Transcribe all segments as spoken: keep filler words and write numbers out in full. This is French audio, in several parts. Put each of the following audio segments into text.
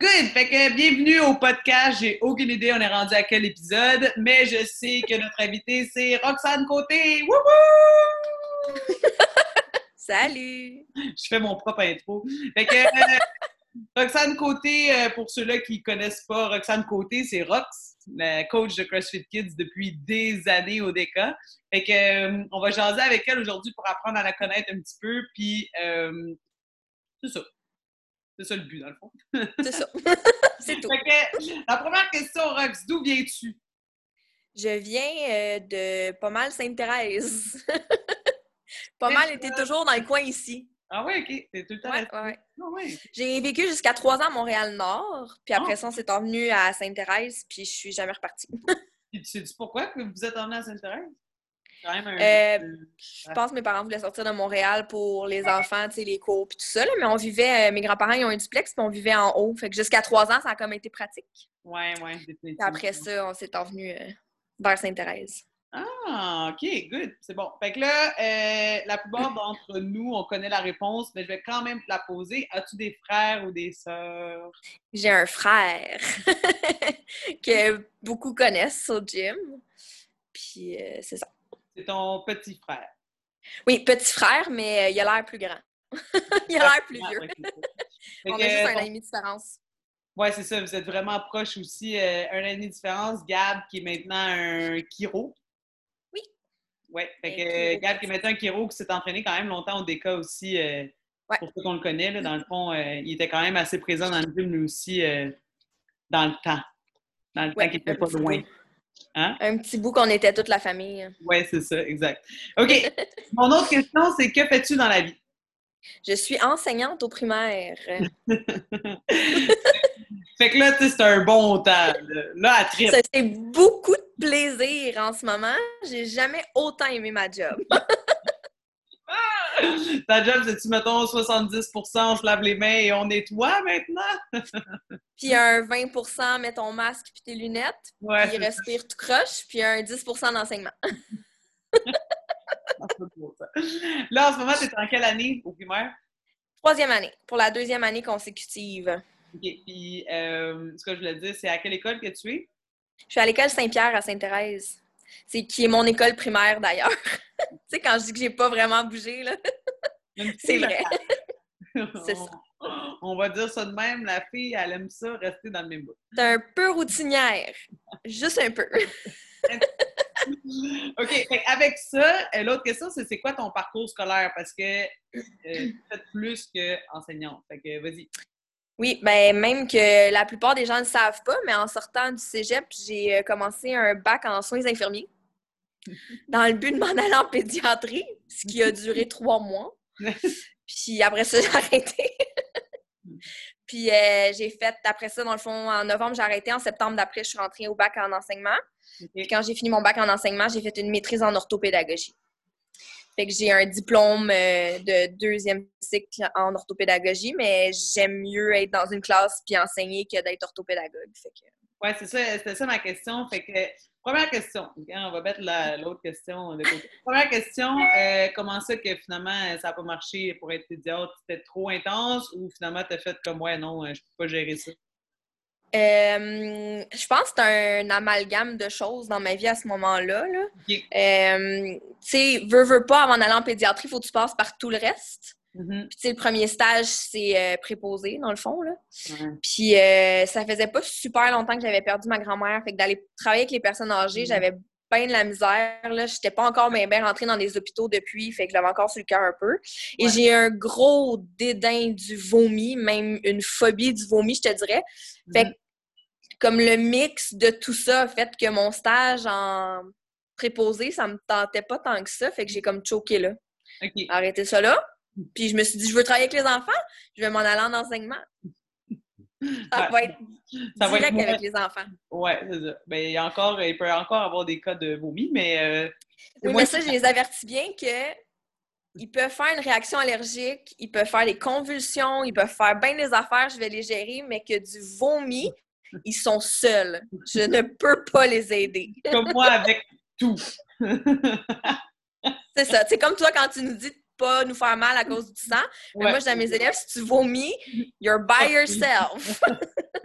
Good! Fait que bienvenue au podcast. J'ai aucune idée on est rendu à quel épisode, mais je sais que notre invitée, c'est Roxane Côté! Wouhou! Salut! Je fais mon propre intro. Fait que euh, Roxane Côté, euh, pour ceux-là qui ne connaissent pas Roxane Côté, c'est Rox, la coach de CrossFit Kids depuis des années au D K. Fait que euh, on va jaser avec elle aujourd'hui pour apprendre à la connaître un petit peu, puis euh, c'est ça. C'est ça le but, dans le fond. C'est ça. C'est tout. Fait que, la première question, Rox, d'où viens-tu? Je viens euh, de pas mal Sainte-Thérèse. Pas mal été toujours dans le coin ici. Ah ouais, OK. T'es tout le temps Ouais, resté. ouais. Ah ouais. J'ai vécu jusqu'à trois ans à Montréal-Nord, puis après Ah. ça, on s'est envenu à Sainte-Thérèse, puis je suis jamais repartie. Puis tu sais-tu pourquoi que vous êtes emmené à Sainte-Thérèse? Quand même un... Euh, je pense que mes parents voulaient sortir de Montréal pour les enfants, tu sais, les cours, puis tout ça, là, mais on vivait, euh, mes grands-parents, ils ont un duplex, puis on vivait en haut. Fait que jusqu'à trois ans, ça a comme été pratique. Ouais, ouais, Puis définitivement. après ça, on s'est envenu euh, vers Sainte-Thérèse. Ah, OK, good. C'est bon. Fait que là, euh, la plupart d'entre nous, on connaît la réponse, mais je vais quand même te la poser. As-tu des frères ou des sœurs? J'ai un frère que beaucoup connaissent au gym. Puis euh, c'est ça. C'est ton petit frère. Oui, petit frère, mais euh, il a l'air plus grand. il a l'air plus vieux. Ah, okay. On que, a juste un ton... an et demi de différence. Oui, c'est ça. Vous êtes vraiment proches aussi. Euh, un an et demi de différence. Gab, qui est maintenant un chiro. Oui. Oui. Fait que Gab, qui est maintenant un chiro, qui s'est entraîné quand même longtemps au D K aussi. Euh, ouais. Pour ceux qu'on le connaît, là, dans le fond, euh, il était quand même assez présent dans le gym, lui aussi, euh, dans le temps. Dans le ouais, temps qu'il n'était pas loin. Hein? Un petit bout qu'on était toute la famille. Oui, c'est ça, exact. OK. Mon autre question, c'est que fais-tu dans la vie? Je suis enseignante au primaire. Fait que là, tu sais, c'est un bon temps. Là, là à trip. C'est beaucoup de plaisir en ce moment. J'ai jamais autant aimé ma job. Ta job, c'est-tu, mettons, soixante-dix pour cent on se lave les mains et on nettoie maintenant? Puis un vingt pour cent mets ton masque puis tes lunettes, ouais, puis respire ça. Tout croche, puis un dix pour cent d'enseignement. Là, en ce moment, tu es en quelle année au primaire? Troisième année, pour la deuxième année consécutive. OK. Puis, euh, ce que je voulais dire, c'est à quelle école que tu es? Je suis à l'école Saint-Pierre à Sainte-Thérèse. C'est qui est mon école primaire, d'ailleurs. Tu sais, quand je dis que j'ai pas vraiment bougé, là, c'est vrai. C'est ça. On va dire ça de même, la fille, elle aime ça, rester dans le même bout. C'est un peu routinière. Juste un peu. OK. Avec ça, l'autre question, c'est c'est quoi ton parcours scolaire? Parce que euh, tu fais plus qu'enseignante. Fait que vas-y. Oui, ben même que la plupart des gens ne le savent pas, mais en sortant du cégep, j'ai commencé un bac en soins infirmiers dans le but de m'en aller en pédiatrie, ce qui a duré trois mois. Puis après ça, j'ai arrêté. Puis euh, j'ai fait, après ça, dans le fond, en novembre, j'ai arrêté. En septembre d'après, je suis rentrée au bac en enseignement. Okay. Puis quand j'ai fini mon bac en enseignement, j'ai fait une maîtrise en orthopédagogie. Fait que j'ai un diplôme euh, de deuxième cycle en orthopédagogie, mais j'aime mieux être dans une classe puis enseigner que d'être orthopédagogue. Fait que... Oui, c'est ça, c'était ça ma question. Fait que, première question, okay, on va mettre la, l'autre question de côté. Première question, euh, comment ça que finalement ça n'a pas marché pour être pédiatre? C'était trop intense ou finalement tu as fait comme ouais, non, je ne peux pas gérer ça? Euh, je pense que c'est un amalgame de choses dans ma vie à ce moment-là. Là. Okay. Euh, tu sais, veux, veux pas, avant d'aller en pédiatrie, il faut que tu passes par tout le reste. Mm-hmm. Puis, tu sais, le premier stage, c'est euh, préposé, dans le fond, là. Mm-hmm. Puis, euh, ça faisait pas super longtemps que j'avais perdu ma grand-mère. Fait que d'aller travailler avec les personnes âgées, mm-hmm. j'avais bien de la misère, là. J'étais pas encore bien, bien rentrée dans des hôpitaux depuis. Fait que j'avais encore sur le cœur un peu. Et ouais. J'ai un gros dédain du vomi, même une phobie du vomi, je te dirais. Fait que, mm-hmm. comme le mix de tout ça a fait que mon stage en préposé, ça me tentait pas tant que ça. Fait que j'ai comme choqué là. Okay. Arrêté ça là. Puis je me suis dit, je veux travailler avec les enfants, je vais m'en aller en enseignement. Ça va être ça direct va être avec les enfants. Oui, c'est ça. Ben, il, y a encore, il peut encore avoir des cas de vomi, mais... Euh, oui, mais ça, je les avertis bien que ils peuvent faire une réaction allergique, ils peuvent faire des convulsions, ils peuvent faire bien des affaires, je vais les gérer, mais que du vomi, ils sont seuls. Je ne peux pas les aider. Comme moi avec tout. C'est ça. C'est comme toi quand tu nous dis de pas nous faire mal à cause du sang. Mais ouais. Moi, je dis à mes élèves, si tu vomis, you're by yourself.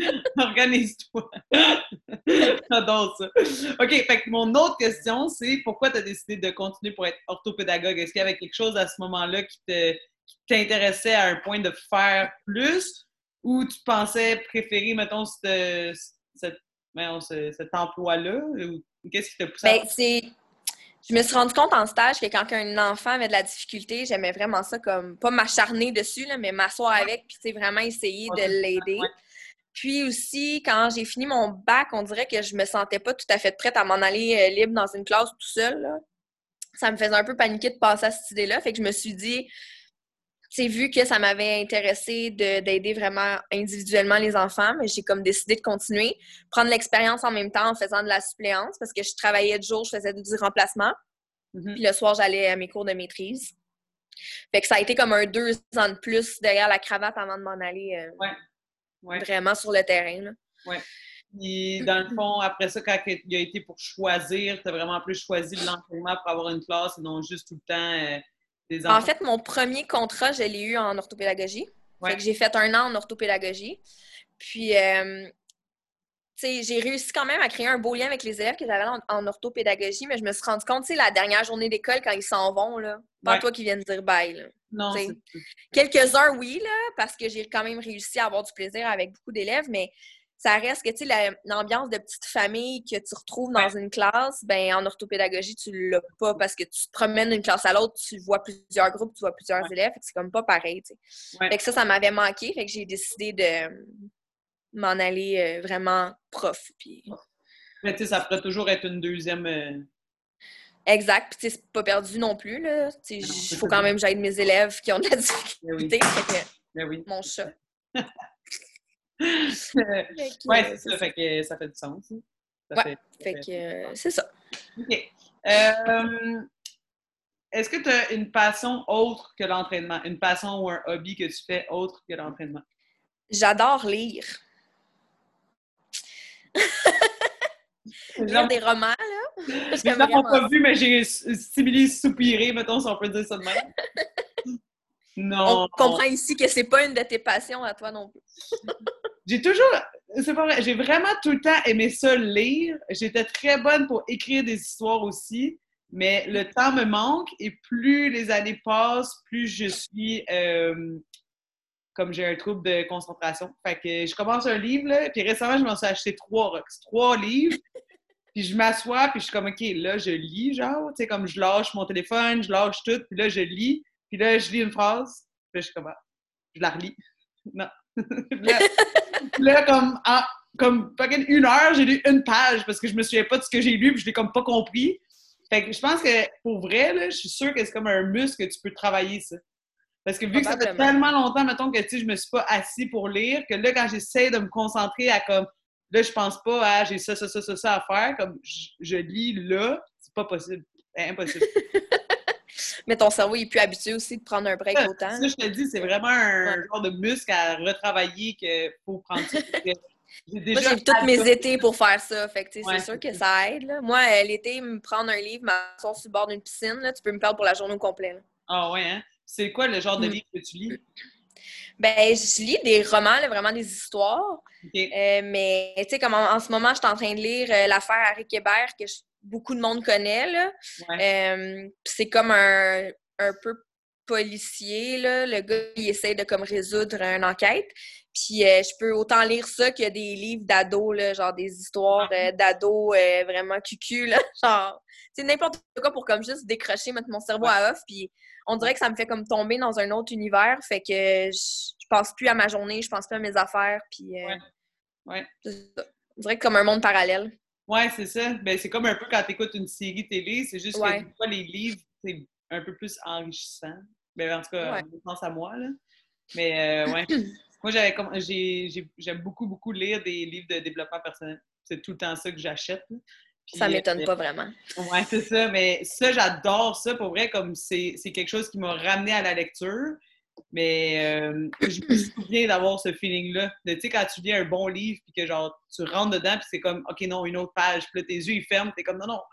Organise-toi. J'adore ça. OK, fait que mon autre question, c'est pourquoi tu as décidé de continuer pour être orthopédagogue? Est-ce qu'il y avait quelque chose à ce moment-là qui te, qui t'intéressait à un point de faire plus ou tu pensais préférer, mettons, cette, cette, voyons, ce- cet emploi-là? Ou qu'est-ce qui t'a poussé à Ben, c'est... Je me suis rendu compte en stage que quand un enfant avait de la difficulté, j'aimais vraiment ça comme, pas m'acharner dessus, là, mais m'asseoir avec, puis tu sais, vraiment essayer de faire? l'aider. Ouais. Puis aussi, quand j'ai fini mon bac, on dirait que je me sentais pas tout à fait prête à m'en aller euh, libre dans une classe tout seul, là. Ça me faisait un peu paniquer de passer à cette idée-là. Fait que je me suis dit, tu sais, vu que ça m'avait intéressé de, d'aider vraiment individuellement les enfants, mais j'ai comme décidé de continuer, prendre l'expérience en même temps en faisant de la suppléance parce que je travaillais de jour, je faisais du remplacement. Mm-hmm. Puis le soir, j'allais à mes cours de maîtrise. Fait que ça a été comme un deux ans de plus derrière la cravate avant de m'en aller euh, Ouais. Ouais. vraiment sur le terrain, là. Ouais. Puis, dans le fond, après ça, quand il a été pour choisir, tu as vraiment plus choisi de l'entraînement pour avoir une classe et non juste tout le temps euh, des enfants? En fait, mon premier contrat, je l'ai eu en orthopédagogie. Ouais. Fait que j'ai fait un an en orthopédagogie. Puis, euh, tu sais, j'ai réussi quand même à créer un beau lien avec les élèves que j'avais en, en orthopédagogie, mais je me suis rendu compte, tu sais, la dernière journée d'école, quand ils s'en vont, là, pas Ouais. toi qui viens de dire bye, là. Non, T'sais, c'est... quelques-uns, oui, là, parce que j'ai quand même réussi à avoir du plaisir avec beaucoup d'élèves, mais ça reste que, tu sais, la- l'ambiance de petite famille que tu retrouves dans Ouais. une classe, ben en orthopédagogie, tu l'as pas parce que tu te promènes d'une classe à l'autre, tu vois plusieurs groupes, tu vois plusieurs Ouais. élèves, fait que c'est comme pas pareil, tu sais. Ouais. Fait que ça, ça m'avait manqué, fait que j'ai décidé de m'en aller euh, vraiment prof. Puis... Mais tu sais, ça pourrait toujours être une deuxième... Euh... Exact, puis tu sais, c'est pas perdu non plus, là. Il faut quand même que j'aide mes élèves qui ont de la difficulté. Ben oui. Fait que, Ben oui. mon chat. Ouais, c'est ça, fait que ça fait du sens. Ça ouais, fait, ça fait fait... que euh, c'est ça. OK. Euh, est-ce que tu as une passion autre que l'entraînement? Une passion ou un hobby que tu fais autre que l'entraînement? J'adore lire. Les lire gens, des romans, là. les gens n'ont pas vu, mais j'ai similé soupiré, mettons, si on peut dire ça de même. Non. On comprend ici que c'est pas une de tes passions à toi non plus. J'ai toujours, c'est pas vrai, j'ai vraiment tout le temps aimé ça lire. J'étais très bonne pour écrire des histoires aussi, mais le temps me manque et plus les années passent, plus je suis euh, comme j'ai un trouble de concentration. Fait que je commence un livre, là, puis récemment, je m'en suis acheté trois, Rox, trois livres. Puis je m'assois, puis je suis comme, OK, là, je lis, genre, tu sais, comme je lâche mon téléphone, je lâche tout, puis là, je lis, puis là, je lis une phrase, puis là, je suis comme, ah, je la relis. Non. Puis là, puis là, comme, en, comme fucking une heure, j'ai lu une page, parce que je me souviens pas de ce que j'ai lu, puis je l'ai comme pas compris. Fait que je pense que, pour vrai, là, je suis sûre que c'est comme un muscle que tu peux travailler, ça. Parce que vu que ça fait tellement longtemps, mettons, que, tu sais, je me suis pas assis pour lire, que là, quand j'essaie de me concentrer à comme, là, je pense pas à j'ai ça, ça, ça, ça, ça à faire, comme je, je lis là, c'est pas possible. C'est impossible. Mais ton cerveau il est plus habitué aussi de prendre un break Ça, autant. ça, je te dis, c'est vraiment un ouais. genre de muscle à retravailler qu'il faut prendre ça. J'ai déjà Moi, j'ai tous mes étés pour faire ça. Fait que, ouais, c'est sûr que ça aide. Là. Moi, l'été, me prendre un livre, m'asseoir sur le bord d'une piscine, là, tu peux me perdre pour la journée au complet. Là. Ah ouais, hein? C'est quoi le genre de mm. livre que tu lis? Ben, je lis des romans, là, vraiment des histoires. Okay. Euh, mais, tu sais, comme en, en ce moment, je suis en train de lire euh, l'affaire Harry Kébert, que je, beaucoup de monde connaît. Là. Ouais. Euh, c'est comme un, un peu policier. Là. Le gars, il essaie de comme résoudre une enquête. Puis euh, je peux autant lire ça que des livres d'ados, là, genre des histoires euh, d'ados euh, vraiment cucu, là, genre, c'est n'importe quoi pour comme juste décrocher, mettre mon cerveau ouais. à off, puis on dirait que ça me fait comme tomber dans un autre univers, fait que je, je pense plus à ma journée, je pense plus à mes affaires, puis euh, ouais. Ouais. on dirait que comme un monde parallèle. Ouais, c'est ça. Ben, c'est comme un peu quand tu écoutes une série télé, c'est juste ouais. que des fois, les livres, c'est un peu plus enrichissant. Ben, en tout cas, ouais. je pense à moi, là. Mais euh, ouais. Moi, j'avais comme j'ai, j'ai, j'aime beaucoup, beaucoup lire des livres de développement personnel. C'est tout le temps ça que j'achète. Puis, ça m'étonne euh, pas vraiment. Ouais, c'est ça. Mais ça, j'adore ça. Pour vrai, comme c'est, c'est quelque chose qui m'a ramené à la lecture. Mais euh, je me souviens d'avoir ce feeling-là. Tu sais, quand tu lis un bon livre, puis que genre, tu rentres dedans, puis c'est comme, OK, non, une autre page. Puis là, tes yeux, ils ferment. T'es comme, non, non,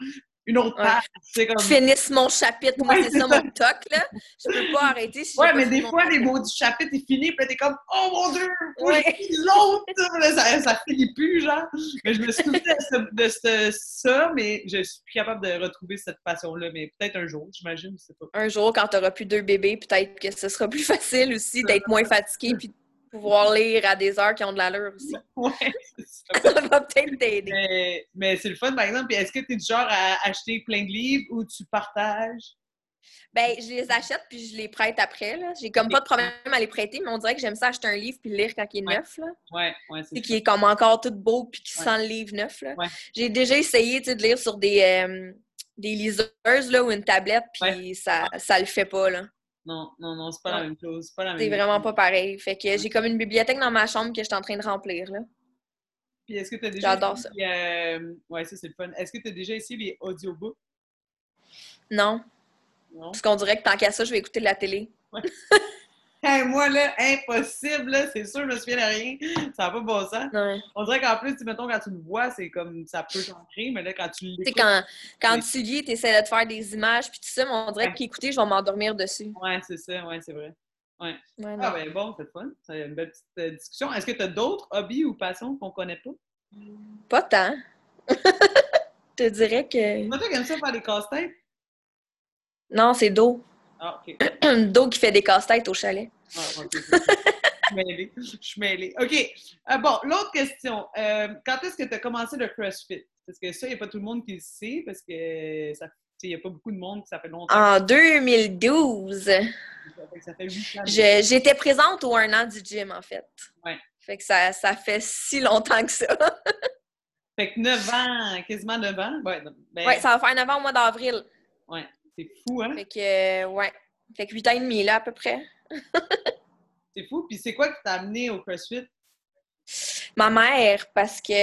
une autre Ouais. page. C'est comme... Finisse mon chapitre. Moi, Ouais, c'est c'est ça, ça. mon toc, là. Je peux pas arrêter si j'ai Ouais, pas mais fini des mon fois, les chapitre. mots du chapitre, ils finissent, puis là, t'es comme, oh mon Dieu, faut que Ouais. je lise l'autre! Là, ça, ça finit plus, genre. Mais je me souviens de, ce, de ce- ça, mais je suis plus capable de retrouver cette passion-là. Mais peut-être un jour, j'imagine, je sais pas. Un jour, quand tu n'auras plus deux bébés, peut-être que ce sera plus facile aussi d'être moins fatigué puis de pouvoir lire à des heures qui ont de l'allure aussi. Ouais, c'est ça. Ça va peut-être t'aider. Mais, mais c'est le fun, par exemple. Puis est-ce que tu es du genre à acheter plein de livres ou tu partages? Ben, je les achète puis je les prête après. Là. J'ai comme pas de problème à les prêter, mais on dirait que j'aime ça acheter un livre puis le lire quand il est Ouais. neuf. Là. Ouais, ouais, c'est Et ça. qui est comme encore tout beau puis qui Ouais. sent le livre neuf. Là. Ouais. J'ai déjà essayé de lire sur des, euh, des liseuses là, ou une tablette, puis Ouais. ça, ça le fait pas. Là. Non, non, non, c'est pas Non. la même chose. C'est pas la même C'est chose. vraiment pas pareil. Fait que j'ai comme une bibliothèque dans ma chambre que je suis en train de remplir. Là. Puis est-ce que tu as déjà J'adore essayé, euh... ouais, ça c'est le fun. Est-ce que tu as déjà essayé les audiobooks? Non. Non. Parce qu'on dirait que tant qu'à ça, je vais écouter de la télé. Ouais. Hey, moi, là, impossible, là, c'est sûr, je me souviens de rien. Ça n'a pas bon sens. Ouais. On dirait qu'en plus, mettons, quand tu le vois, c'est comme, ça peut t'ancrer, mais là, quand tu l'écoutes... Tu sais, quand, quand mais... tu lis, tu essaies de te faire des images, puis tout ça, mais on dirait ouais. qu'écouter, je vais m'endormir dessus. Ouais, c'est ça, ouais, c'est vrai. Ouais. Ouais, ah, ben bon, c'est fun. C'est une belle petite euh, discussion. Est-ce que tu as d'autres hobbies ou passions qu'on connaît pas? Pas tant. Je te dirais que... Toi, tu aimes ça faire des casse-têtes? Non, c'est Do. Ah, OK. Do qui fait des casse-têtes au chalet. Ah, OK. Je suis mêlée. Je suis mêlée. OK. Euh, bon, l'autre question. Euh, quand est-ce que tu as commencé le CrossFit? Parce que ça, il n'y a pas tout le monde qui le sait, parce que ça il n'y a pas beaucoup de monde, ça fait longtemps. En deux mille douze. Ça fait, ça fait huit ans. Je, j'étais présente au un an du gym, en fait. Ouais. Fait que ça, ça fait si longtemps que ça. Fait que neuf ans, quasiment neuf ans. Ouais, ben, ouais, ça va faire neuf ans au mois d'avril. Ouais, c'est fou, hein? Fait que, euh, ouais. Fait que huit ans et demi, là, à peu près. C'est fou. Puis c'est quoi qui t'a amené au CrossFit? Ma mère, parce que,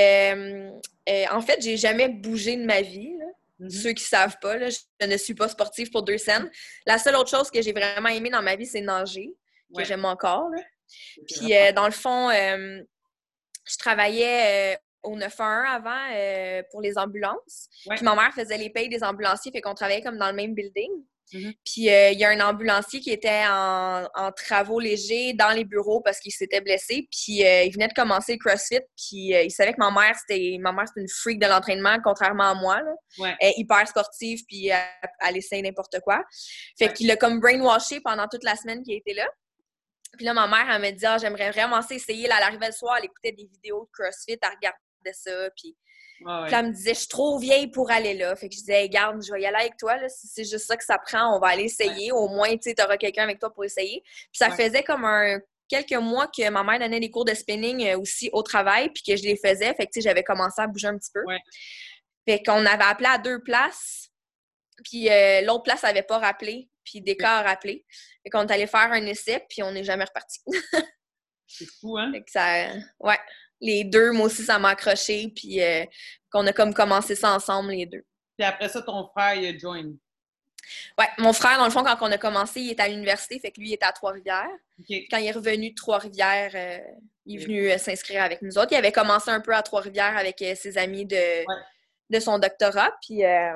euh, en fait, j'ai jamais bougé de ma vie, là. Mm-hmm. Ceux qui savent pas, là, je ne suis pas sportive pour deux scènes. La seule autre chose que j'ai vraiment aimé dans ma vie, c'est nager, que ouais. j'aime encore. Là. Puis, euh, dans le fond, euh, je travaillais euh, au neuf un un avant euh, pour les ambulances. Ouais. Puis, ma mère faisait les payes des ambulanciers, fait qu'on travaillait comme dans le même building. Mm-hmm. Puis, il euh, y a un ambulancier qui était en, en travaux légers dans les bureaux parce qu'il s'était blessé. Puis, euh, il venait de commencer le CrossFit. Puis, euh, il savait que ma mère, c'était ma mère, c'était une freak de l'entraînement, contrairement à moi. Là. Ouais. Elle est hyper sportive, puis elle, elle essaie n'importe quoi. Fait ouais. qu'il l'a comme brainwashé pendant toute la semaine qu'il était là. Puis là, ma mère, elle me dit ah, j'aimerais vraiment ça essayer. Là, elle arrivait le soir, elle écoutait des vidéos de CrossFit, elle regardait ça. Puis, Ah ouais. Puis elle me disait, je suis trop vieille pour aller là. Fait que je disais, hey, garde, je vais y aller avec toi. Là. Si c'est juste ça que ça prend, on va aller essayer. Ouais. Au moins, tu auras quelqu'un avec toi pour essayer. Puis ça ouais. faisait comme un quelques mois que ma mère donnait des cours de spinning aussi au travail, puis que je les faisais. Fait que j'avais commencé à bouger un petit peu. Ouais. Fait qu'on avait appelé à deux places, puis euh, l'autre place n'avait pas rappelé, puis des cas a rappelé. Fait qu'on est allé faire un essai, puis on n'est jamais reparti. C'est fou, hein? Fait que ça... Ouais. Les deux, moi aussi, ça m'a accroché, puis euh, qu'on a comme commencé ça ensemble, les deux. Puis après ça, ton frère, il a join. Ouais, mon frère, dans le fond, quand on a commencé, il était à l'université, fait que lui, il était à Trois-Rivières. Okay. Quand il est revenu de Trois-Rivières, euh, il est venu euh, s'inscrire avec nous autres. Il avait commencé un peu à Trois-Rivières avec euh, ses amis de, ouais. de son doctorat, puis euh,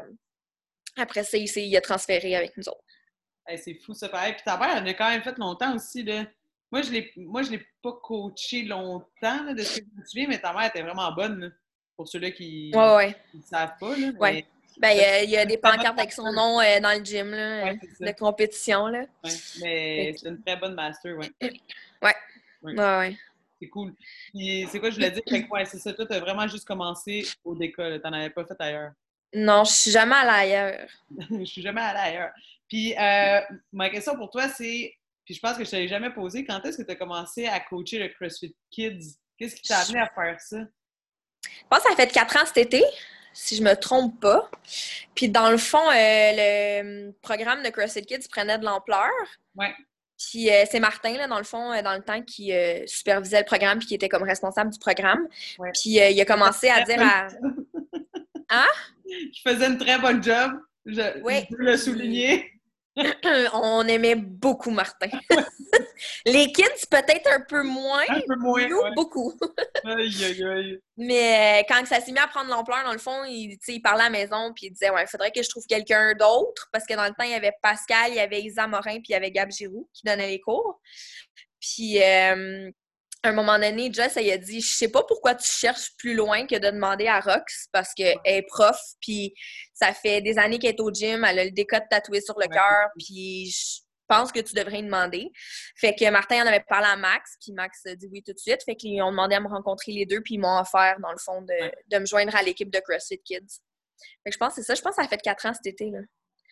après ça, il, il a transféré avec nous autres. Hey, c'est fou, ça, pareil. Puis ta mère, elle a quand même fait longtemps aussi, là. Moi, je l'ai, moi, je l'ai pas coaché longtemps, là, de ce que je me souviens, mais ta mère était vraiment bonne, là, pour ceux-là qui ne ouais, ouais. savent pas. Là, mais... ouais. Ben, il y a, y a des pancartes avec son nom euh, dans le gym, là, ouais, de compétition, là. Ouais, mais c'est une très bonne master, ouais. Ouais. Ouais, ouais, ouais. C'est cool. Puis, c'est quoi je voulais dire? Fait que, ouais, c'est ça, toi, t'as vraiment juste commencé au D K, là, t'en avais pas fait ailleurs. Non, je suis jamais allée ailleurs. Je suis jamais allée ailleurs. Puis, euh, ma question pour toi, c'est... Puis je pense que je ne t'avais jamais posé. Quand est-ce que tu as commencé à coacher le CrossFit Kids? Qu'est-ce qui t'a amené à faire ça? Je pense que ça fait quatre ans cet été, si je me trompe pas. Puis dans le fond, euh, le programme de CrossFit Kids prenait de l'ampleur. Ouais. Puis euh, c'est Martin, là, dans le fond, euh, dans le temps, qui euh, supervisait le programme puis qui était comme responsable du programme. Ouais. Puis euh, il a commencé à dire à... Hein? Je faisais une très bonne job. Je, ouais. je veux le souligner. On aimait beaucoup Martin. Les kids, peut-être un peu moins. Un peu moins, Nous, ouais. beaucoup. Aïe, aïe, aïe. Mais euh, quand ça s'est mis à prendre l'ampleur, dans le fond, il, il parlait à la maison puis il disait « Ouais, il faudrait que je trouve quelqu'un d'autre. » Parce que dans le temps, il y avait Pascal, il y avait Isa Morin puis il y avait Gab Giroux qui donnait les cours. Puis... Euh, à un moment donné, Jess, elle a dit « Je sais pas pourquoi tu cherches plus loin que de demander à Rox parce qu'elle est prof, puis ça fait des années qu'elle est au gym, elle a le décote tatoué sur le cœur, puis je pense que tu devrais lui demander. » Fait que Martin en avait parlé à Max, puis Max a dit oui tout de suite. Fait qu'ils ont demandé à me rencontrer les deux, puis ils m'ont offert, dans le fond, de, ouais. de me joindre à l'équipe de CrossFit Kids. Fait que je pense que c'est ça. Je pense que ça a fait quatre ans cet été, là.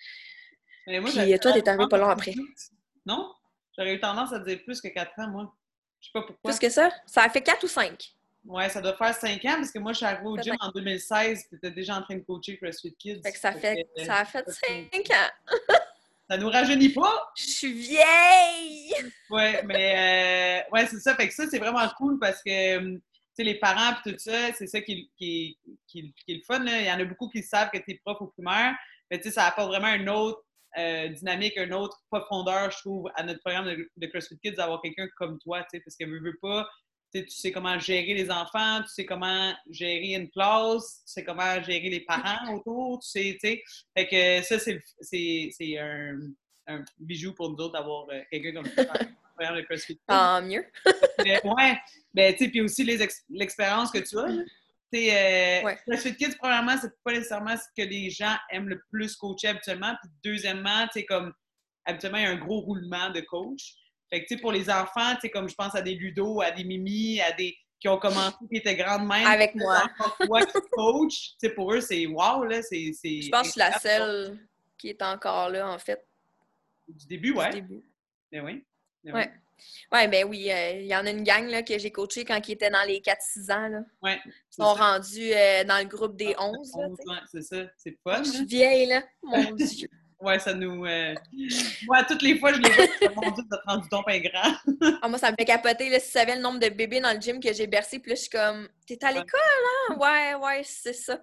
Mais moi, puis toi, t'es arrivé pas long après. Non? J'aurais eu tendance à dire plus que quatre ans, moi. Je sais pas pourquoi. Plus que ça? Ça a fait quatre ou cinq? Ouais, ça doit faire cinq ans, parce que moi, je suis arrivée au gym en deux mille seize, tu étais déjà en train de coacher CrossFit Kids. Fait que ça, fait, que, ça a fait cinq ans. Ça nous rajeunit pas! Je suis vieille! Ouais, mais euh, ouais, c'est ça. Fait que ça, c'est vraiment cool parce que, tu sais, les parents et tout ça, c'est ça qui, qui, qui, qui est le fun, là. Il y en a beaucoup qui savent que tu es prof au primaire, mais tu sais, ça apporte vraiment une autre Euh, dynamique, une autre profondeur, je trouve, à notre programme de, de CrossFit Kids, d'avoir quelqu'un comme toi, tu sais, parce que veux, veux pas, tu sais comment gérer les enfants, tu sais comment gérer une classe, tu sais comment gérer les parents autour, tu sais, tu sais. Fait que ça, c'est, c'est, c'est un, un bijou pour nous autres d'avoir euh, quelqu'un comme toi dans le programme de CrossFit Kids. Tant mieux. Mais, ouais, ben, tu sais, puis aussi les ex- l'expérience que tu as, là. Euh, ouais. CrossFit Kids, premièrement, c'est pas nécessairement ce que les gens aiment le plus coacher habituellement. Puis deuxièmement, tu sais, comme habituellement, il y a un gros roulement de coach. Fait que, tu sais, pour les enfants, tu sais, comme je pense à des Ludo, à des Mimi, à des qui ont commencé, qui étaient grandes mères. Avec moi. Toi qui coach, tu sais, pour eux, c'est wow, là. C'est, c'est je pense que je suis la seule qui est encore là, en fait. Du début, ouais. Du début. Ben oui. Ben ouais. oui. Oui, ben oui, il euh, y en a une gang là, que j'ai coachée quand ils étaient dans les quatre six ans. Là. Ouais, ils sont ça. rendus euh, dans le groupe des ah, onze. onze là, ouais, c'est ça, c'est fun. Je suis vieille, là, mon Dieu. Ouais, ça nous... Euh... Moi, toutes les fois, je les vois, mon Dieu, ça te rend du ton pain grand. ah, moi, ça me fait capoter, là, si tu savais le nombre de bébés dans le gym que j'ai bercé, puis là, je suis comme, t'es à l'école, hein? Ouais, ouais, c'est ça.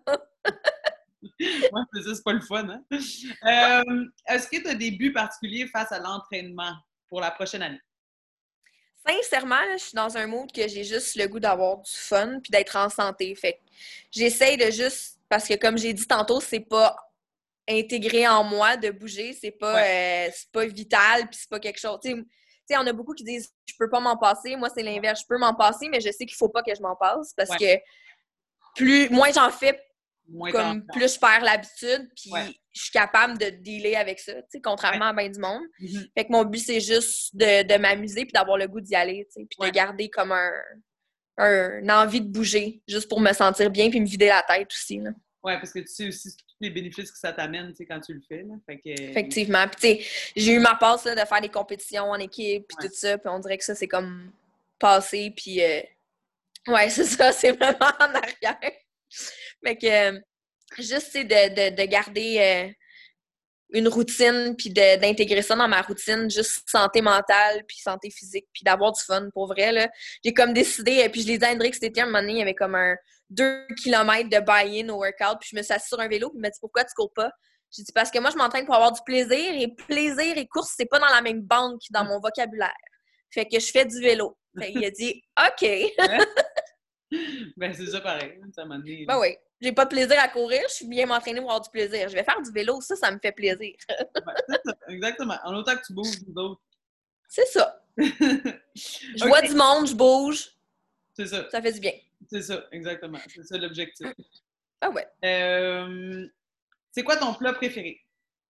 Ouais, c'est ça, c'est pas le fun, hein? Euh, est-ce que tu as des buts particuliers face à l'entraînement pour la prochaine année? Sincèrement, là, je suis dans un mood que j'ai juste le goût d'avoir du fun puis d'être en santé. Fait que j'essaye de juste... Parce que comme j'ai dit tantôt, c'est pas intégré en moi de bouger. C'est pas, ouais. euh, c'est pas vital puis c'est pas quelque chose... Tu sais, on a beaucoup qui disent « je peux pas m'en passer ». Moi, c'est l'inverse. Je peux m'en passer, mais je sais qu'il faut pas que je m'en passe parce ouais. que plus moins j'en fais, Moins comme plus je perds l'habitude, puis ouais. je suis capable de dealer avec ça, tu sais, contrairement ouais. à bien du monde. Mm-hmm. Fait que mon but, c'est juste de, de m'amuser puis d'avoir le goût d'y aller, tu sais, puis ouais. de garder comme un, un une envie de bouger, juste pour me sentir bien puis me vider la tête aussi, là. Ouais, parce que tu sais aussi tous les bénéfices que ça t'amène, tu sais, quand tu le fais, là. Fait que... Effectivement. Puis tu sais, j'ai eu ma passe, là, de faire des compétitions en équipe puis ouais. tout ça, puis on dirait que ça, c'est comme passé, puis euh... ouais, c'est ça, c'est vraiment en arrière. Fait que, euh, juste, c'est de, de, de garder euh, une routine, puis de, d'intégrer ça dans ma routine, juste santé mentale, puis santé physique, puis d'avoir du fun, pour vrai, là. J'ai comme décidé, puis je l'ai dit à Hendrix cet été, à un moment donné, il y avait comme un deux kilomètres de buy-in au workout, puis je me suis assise sur un vélo, puis il m'a dit « Pourquoi tu cours pas? » J'ai dit « Parce que moi, je m'entraîne pour avoir du plaisir, et plaisir et course, c'est pas dans la même banque dans mon vocabulaire. Fait que je fais du vélo. » Fait qu'il a dit « OK! » Ben, c'est ça pareil, ça m'a dit. Ben oui. J'ai pas de plaisir à courir, je suis bien m'entraîner pour avoir du plaisir. Je vais faire du vélo, ça, ça me fait plaisir. Ben, c'est ça, exactement. En autant que tu bouges, nous autres. C'est ça. Je okay. vois du monde, je bouge. C'est ça. Ça fait du bien. C'est ça, exactement. C'est ça l'objectif. Ah ouais. Euh, c'est quoi ton plat préféré?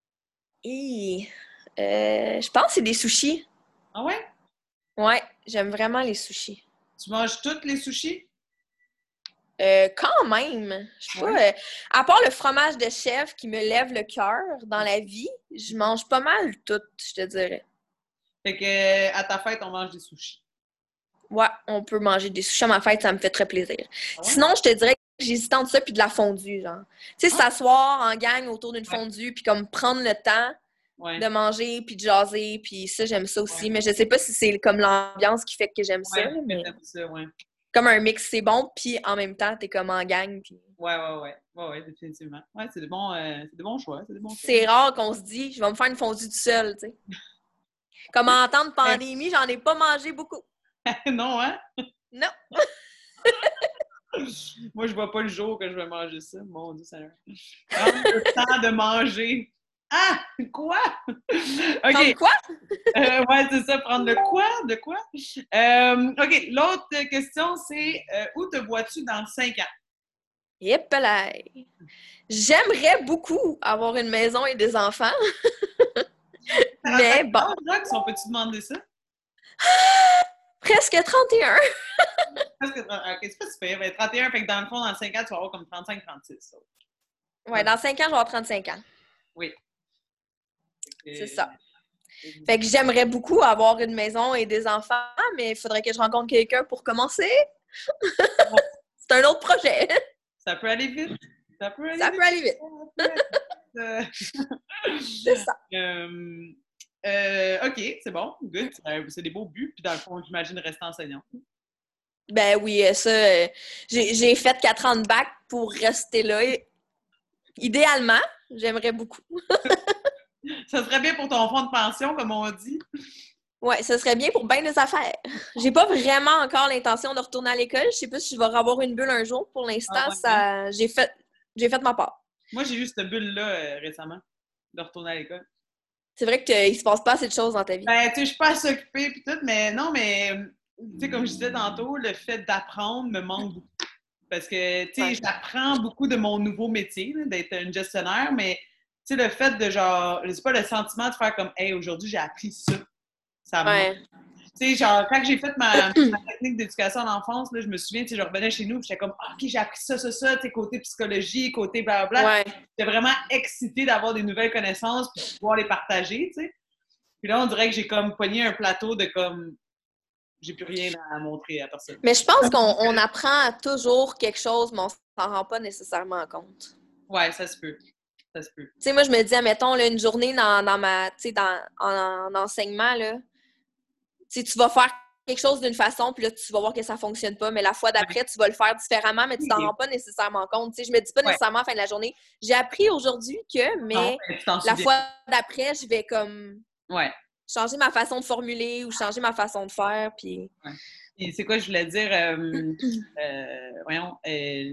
Et, euh, je pense que c'est des sushis. Ah ouais? Ouais, j'aime vraiment les sushis. Tu manges tous les sushis? Euh, quand même. Je sais ouais. pas. Euh, à part le fromage de chèvre qui me lève le cœur dans la vie, je mange pas mal tout, je te dirais. Fait que à ta fête, on mange des sushis. Ouais, on peut manger des sushis à ma fête, ça me fait très plaisir. Ah ouais? Sinon, je te dirais que j'hésite entre ça puis de la fondue, genre. Tu sais, ah. s'asseoir en gang autour d'une fondue ouais. puis comme prendre le temps ouais. de manger puis de jaser, puis ça, j'aime ça aussi. Ouais. Mais je sais pas si c'est comme l'ambiance qui fait que j'aime ouais, ça. Mais... ça ouais. Comme un mix, c'est bon, puis en même temps, t'es comme en gang. Puis... Ouais, ouais, ouais. Ouais, ouais, définitivement. Ouais, c'est des bons, euh, c'est des bons choix. C'est, des bons choix. C'est rare qu'on se dit, je vais me faire une fondue tout seul, tu sais. Comme en temps de pandémie, j'en ai pas mangé beaucoup. Non, hein? Non. Moi, je vois pas le jour que je vais manger ça. Mon Dieu, ça a le temps de manger. Ah! Quoi? OK. quoi? euh, ouais, c'est ça. Prendre le quoi? De quoi? Euh, OK. L'autre question, c'est euh, où te vois-tu dans cinq ans? Yep, là. J'aimerais beaucoup avoir une maison et des enfants. Mais bon. Rox, on peut-tu demander ça? Presque trente et un. Presque trente. OK, c'est pas super. Mais trente et un, fait que dans le fond, dans cinq ans, tu vas avoir comme trente-cinq trente-six. Ouais, dans cinq ans, je vais avoir trente-cinq ans. Oui. C'est ça. Fait que j'aimerais beaucoup avoir une maison et des enfants, mais il faudrait que je rencontre quelqu'un pour commencer. C'est un autre projet. Ça peut aller vite. Ça peut aller ça vite. Peut aller vite. C'est ça. Euh, euh, OK, c'est bon. Good. C'est des beaux buts. Puis dans le fond, j'imagine rester enseignant. Ben oui, ça, j'ai, j'ai fait quatre ans de bac pour rester là. Idéalement, j'aimerais beaucoup. Ça serait bien pour ton fonds de pension, comme on dit. Oui, ça serait bien pour bien des affaires. J'ai pas vraiment encore l'intention de retourner à l'école. Je sais pas si je vais avoir une bulle un jour. Pour l'instant, ah ouais, ça, hein? j'ai fait, j'ai fait ma part. Moi, j'ai eu cette bulle-là euh, récemment, de retourner à l'école. C'est vrai qu'il se passe pas assez de choses dans ta vie. Ben, tu sais, je suis pas assez occupée pis tout, mais non, mais tu sais, comme je disais tantôt, le fait d'apprendre me manque beaucoup. Parce que, tu sais, ouais. j'apprends beaucoup de mon nouveau métier, là, d'être une gestionnaire, mais tu sais, le fait de genre, je sais pas, le sentiment de faire comme, hey, aujourd'hui, j'ai appris ça. Ça me ouais. Tu sais, genre, quand j'ai fait ma, ma technique d'éducation à l'enfance, là, je me souviens, tu sais, je revenais chez nous, puis j'étais comme, ah, OK, j'ai appris ça, ça, ça, tu sais, côté psychologie, côté blablabla. Ouais. J'étais vraiment excitée d'avoir des nouvelles connaissances, puis de pouvoir les partager, tu sais. Puis là, on dirait que j'ai comme pogné un plateau de comme, j'ai plus rien à montrer à personne. Mais je pense qu'on on apprend toujours quelque chose, mais on s'en rend pas nécessairement compte. Ouais, ça se peut. Ça se peut. Tu sais, moi, je me dis, admettons, là, une journée dans, dans ma, tu sais, dans, en, en enseignement, là, tu sais, tu vas faire quelque chose d'une façon, puis là, tu vas voir que ça fonctionne pas, mais la fois d'après, tu vas le faire différemment, mais tu t'en rends pas nécessairement compte. Tu sais, je me dis pas nécessairement à la fin de la journée, j'ai appris aujourd'hui que, mais non, la fois d'après, je vais comme ouais. changer ma façon de formuler ou changer ma façon de faire, puis... Ouais. Et c'est quoi, je voulais dire, euh, euh, voyons, euh,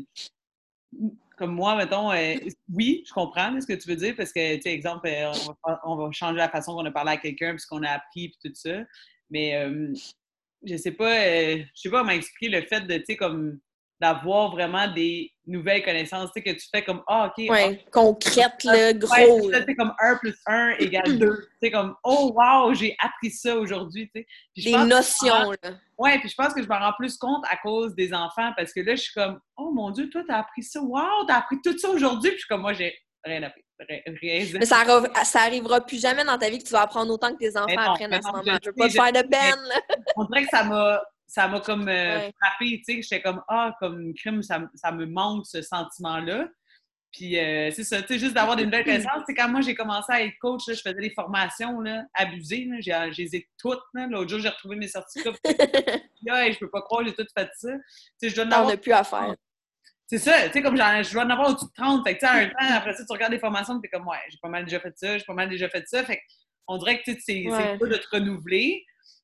comme moi, mettons, euh, oui, je comprends ce que tu veux dire, parce que, tu sais, exemple, euh, on, va, on va changer la façon qu'on a parlé à quelqu'un, puis ce qu'on a appris, puis tout ça, mais euh, je sais pas, euh, je sais pas comment expliquer le fait de, tu sais, comme d'avoir vraiment des nouvelles connaissances, tu sais, que tu fais comme, ah, OK. Ouais, ah, concrète, là, gros. Ouais, c'est comme un plus un égale deux. Tu sais, comme, oh, wow, j'ai appris ça aujourd'hui, tu sais. Des notions, là. Ouais, puis je pense que je m'en rends plus compte à cause des enfants, parce que là, je suis comme, oh mon Dieu, toi, t'as appris ça, wow, t'as appris tout ça aujourd'hui, puis je suis comme, moi, j'ai rien appris. Rien. Mais ça, ça arrivera plus jamais dans ta vie que tu vas apprendre autant que tes enfants non, apprennent à ce moment. Je, je veux pas te faire de peine, là. On dirait que ça m'a, ça m'a comme euh, ouais. frappée, tu sais, j'étais comme, ah, comme crime, ça, ça me manque ce sentiment-là. Puis euh, c'est ça, tu sais, juste d'avoir des nouvelles connaissances. Tu sais, quand moi, j'ai commencé à être coach, là, je faisais des formations là, abusées. Là, j'ai, j'ai les ai toutes. Là. L'autre jour, j'ai retrouvé mes certificats. Là, hey, je peux pas croire que j'ai tout fait ça. Tu sais, je dois en avoir... On n'a plus à faire. C'est ça, tu sais, comme j'en, je dois en avoir au-dessus de trente. Fait que, tu sais, un temps, après ça, tu regardes des formations, tu es comme, ouais, j'ai pas mal déjà fait ça, j'ai pas mal déjà fait ça. Fait qu'on dirait que, tu sais, c'est, ouais. c'est cool de te renouveler.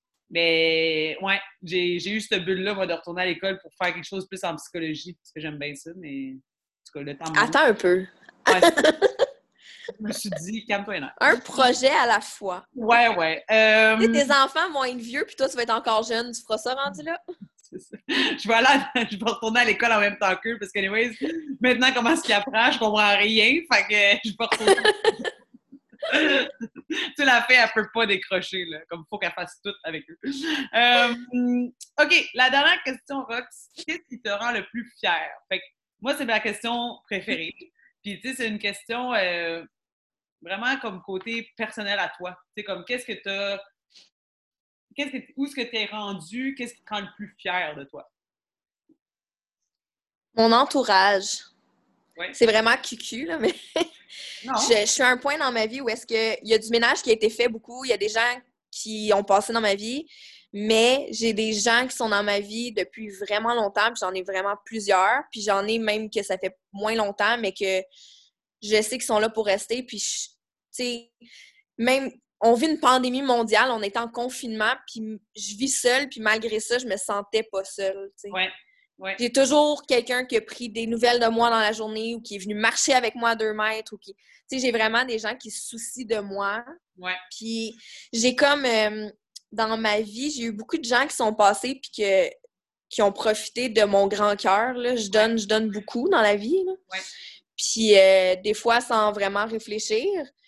Mais, ouais, j'ai, j'ai eu cette bulle-là, moi, de retourner à l'école pour faire quelque chose plus en psychologie, parce que j'aime bien ça, mais, en tout cas, le temps manque. Attends un peu. Ouais, je me suis dit, calme-toi une heure. Un projet à la fois. Ouais, ouais. Euh... Tu sais, tes enfants vont être vieux, puis toi, tu vas être encore jeune. Tu feras ça rendu là? C'est ça. Je vais, aller à... je vais retourner à l'école en même temps qu'eux, parce que, anyways, maintenant, comment est-ce qu'ils apprennent? Je comprends rien. Fait que je vais retourner. Tu sais, la fille, elle peut pas décrocher, là. Comme il faut qu'elle fasse tout avec eux. Euh... OK, la dernière question, Rox. Qu'est-ce qui te rend le plus fier? Fait que moi, c'est ma question préférée. Puis, tu sais, c'est une question euh, vraiment comme côté personnel à toi. Tu sais, comme qu'est-ce que tu as... Qu'est-ce que, où est-ce que tu es rendu? Qu'est-ce qui te rend le plus fier de toi? Mon entourage. Oui. C'est vraiment cucu, là, mais je, je suis à un point dans ma vie où est-ce qu'il y a du ménage qui a été fait beaucoup. Il y a des gens qui ont passé dans ma vie, mais j'ai des gens qui sont dans ma vie depuis vraiment longtemps, puis j'en ai vraiment plusieurs, puis j'en ai même que ça fait moins longtemps, mais que je sais qu'ils sont là pour rester, puis tu sais, même on vit une pandémie mondiale, on est en confinement, puis je vis seule, puis malgré ça, je me sentais pas seule, tu sais. Ouais, ouais. J'ai toujours quelqu'un qui a pris des nouvelles de moi dans la journée ou qui est venu marcher avec moi à deux mètres ou qui... Tu sais, j'ai vraiment des gens qui se soucient de moi. Ouais. Puis j'ai comme... Euh, dans ma vie, j'ai eu beaucoup de gens qui sont passés puis que, qui ont profité de mon grand cœur, là. Je donne, ouais. je donne beaucoup dans la vie, là. Ouais. Puis euh, des fois, sans vraiment réfléchir.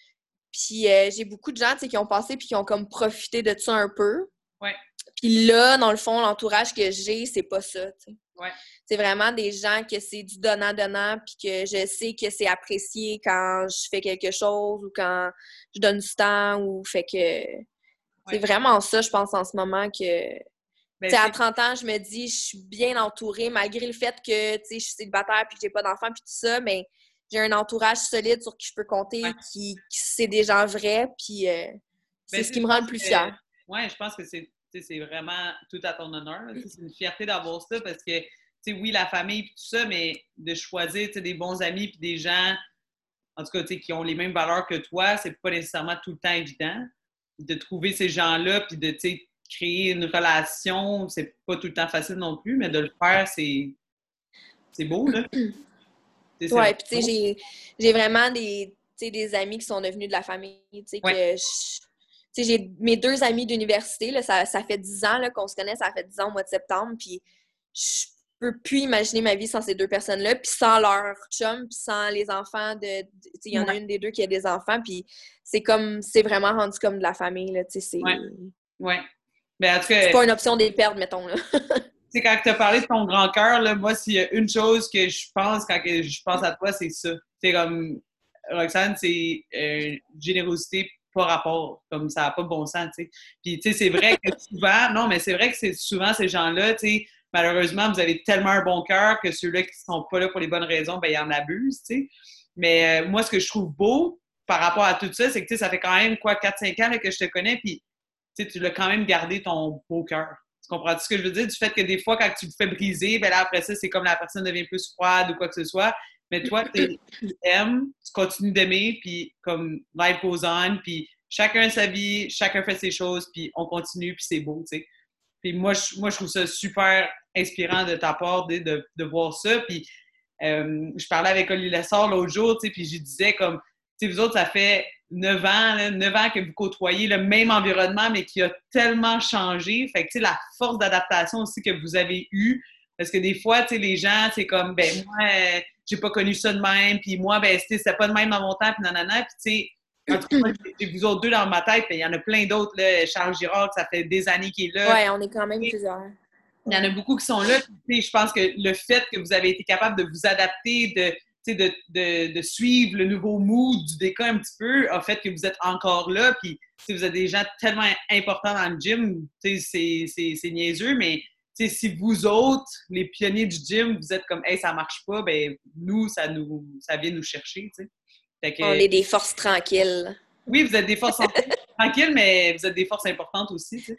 Puis euh, j'ai beaucoup de gens, tu sais, qui ont passé puis qui ont comme profité de ça un peu. Ouais. Puis là, dans le fond, l'entourage que j'ai, c'est pas ça, tu sais. Ouais. C'est vraiment des gens que c'est du donnant-donnant puis que je sais que c'est apprécié quand je fais quelque chose ou quand je donne du temps ou fait que... Ouais. C'est vraiment ça, je pense, en ce moment que... Ben, à trente ans, je me dis, je suis bien entourée, malgré le fait que, tu sais, je suis célibataire puis que j'ai pas d'enfant puis tout ça, mais j'ai un entourage solide sur qui je peux compter, ouais. qui, qui c'est des gens vrais, puis euh, c'est ben, ce qui me rend le plus fière. Oui, je pense que c'est, c'est vraiment tout à ton honneur. C'est une fierté d'avoir ça parce que, tu sais, oui, la famille puis tout ça, mais de choisir, tu sais, des bons amis puis des gens, en tout cas, tu sais, qui ont les mêmes valeurs que toi, c'est pas nécessairement tout le temps évident. De trouver ces gens-là puis de, tu sais, créer une relation, c'est pas tout le temps facile non plus, mais de le faire, c'est, c'est beau, là. Oui, puis tu sais, j'ai, j'ai vraiment des, des amis qui sont devenus de la famille, tu sais, ouais. que je, tu sais, j'ai mes deux amis d'université, là, ça, ça fait dix ans là, qu'on se connaît, ça fait dix ans au mois de septembre, puis je peux plus imaginer ma vie sans ces deux personnes-là, puis sans leur chum, puis sans les enfants de... tu sais, il y en ouais. a une des deux qui a des enfants, puis c'est comme, c'est vraiment rendu comme de la famille, là, tu sais, c'est... Ouais, ouais. Ben, en tout cas, c'est pas une option de les perdre, mettons, là. Tu sais, quand tu as parlé de ton grand cœur, là, moi, s'il y a une chose que je pense quand je pense à toi, c'est ça. C'est comme, Roxane, c'est euh, générosité par rapport, comme ça n'a pas de bon sens, tu sais. Puis, tu sais, c'est vrai que souvent, non, mais c'est vrai que c'est souvent ces gens-là, tu sais, malheureusement, vous avez tellement un bon cœur que ceux-là qui ne sont pas là pour les bonnes raisons, ben ils en abusent, tu sais. Mais euh, moi, ce que je trouve beau par rapport à tout ça, c'est que, tu sais, ça fait quand même, quoi, quatre cinq ans là, que je te connais, puis, tu sais, tu l'as quand même gardé ton beau cœur. Tu comprends ce que je veux dire? Du fait que des fois, quand tu le fais briser, ben là, après ça, c'est comme la personne devient plus froide ou quoi que ce soit. Mais toi, tu aimes, tu continues d'aimer, puis comme life goes on, puis chacun a sa vie, chacun fait ses choses, puis on continue, puis c'est beau, tu sais. Puis moi je, moi, je trouve ça super inspirant de ta part de, de, de voir ça. Puis euh, je parlais avec Olivier Lessard l'autre jour, tu sais, puis je disais comme, tu sais, vous autres, ça fait neuf ans, là, neuf ans que vous côtoyez le même environnement, mais qui a tellement changé. Fait que, tu sais, la force d'adaptation aussi que vous avez eue, parce que des fois, tu sais, les gens, c'est comme, ben moi, euh, j'ai pas connu ça de même, puis moi, ben, c'était pas de même dans mon temps, puis nanana, puis tu sais, en tout cas, j'ai vous autres deux dans ma tête, puis il y en a plein d'autres, là, Charles Girard, ça fait des années qu'il est là. Ouais, on est quand même plusieurs. Il y en a beaucoup qui sont là, puis je pense que le fait que vous avez été capable de vous adapter, de De, de, de suivre le nouveau mood du déca un petit peu, a fait que vous êtes encore là, puis vous êtes des gens tellement importants dans le gym, c'est, c'est, c'est niaiseux, mais si vous autres, les pionniers du gym, vous êtes comme « Hey, ça marche pas », ben nous, ça nous ça vient nous chercher, tu sais. On est des forces tranquilles. Oui, vous êtes des forces tranquilles, mais vous êtes des forces importantes aussi, tu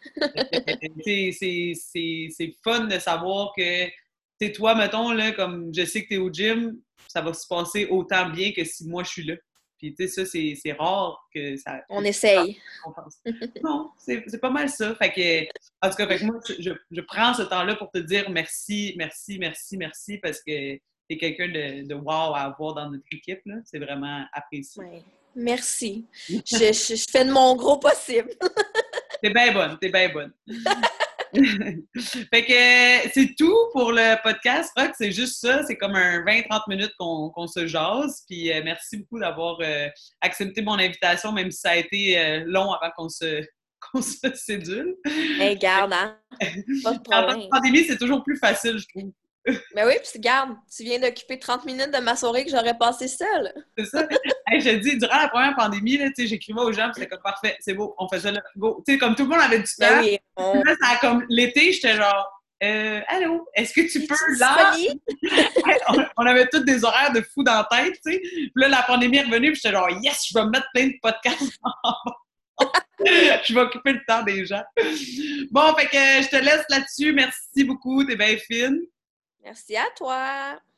sais. c'est, c'est, c'est fun de savoir que, tu sais, toi, mettons, là, comme je sais que tu es au gym, ça va se passer autant bien que si moi, je suis là. Puis, tu sais, ça, c'est, c'est rare que ça... On essaye. Non, c'est, c'est pas mal ça. Fait que, en tout cas, fait que moi, je, je prends ce temps-là pour te dire merci, merci, merci, merci, parce que t'es quelqu'un de, de wow à avoir dans notre équipe, là. C'est vraiment apprécié. Ouais. Merci. je, je, je fais de mon gros possible. T'es bien bonne, t'es bien bonne. Fait que c'est tout pour le podcast, Rox. C'est juste ça. C'est comme un vingt à trente minutes qu'on, qu'on se jase. Puis euh, merci beaucoup d'avoir euh, accepté mon invitation, même si ça a été euh, long avant qu'on se, qu'on se sédule. Hey, garde, hein? Pas de problème. En pandémie, c'est toujours plus facile, je trouve. Mais oui, puis garde, tu viens d'occuper trente minutes de ma soirée que j'aurais passée seule. C'est ça. Hey, je te dis, durant la première pandémie, là, j'écrivais aux gens, puis c'était comme parfait, c'est beau, on faisait le go. Tu sais, comme tout le monde avait du temps. Ben oui, on... Là, ça a comme l'été, j'étais genre, euh, allô, est-ce que tu peux là? on, on avait tous des horaires de fou dans la tête, tu sais. Puis là, la pandémie est revenue, puis j'étais genre, yes, je vais me mettre plein de podcasts. Je vais occuper le temps des gens. Bon, fait que je te laisse là-dessus. Merci beaucoup, t'es bien fine. Merci à toi.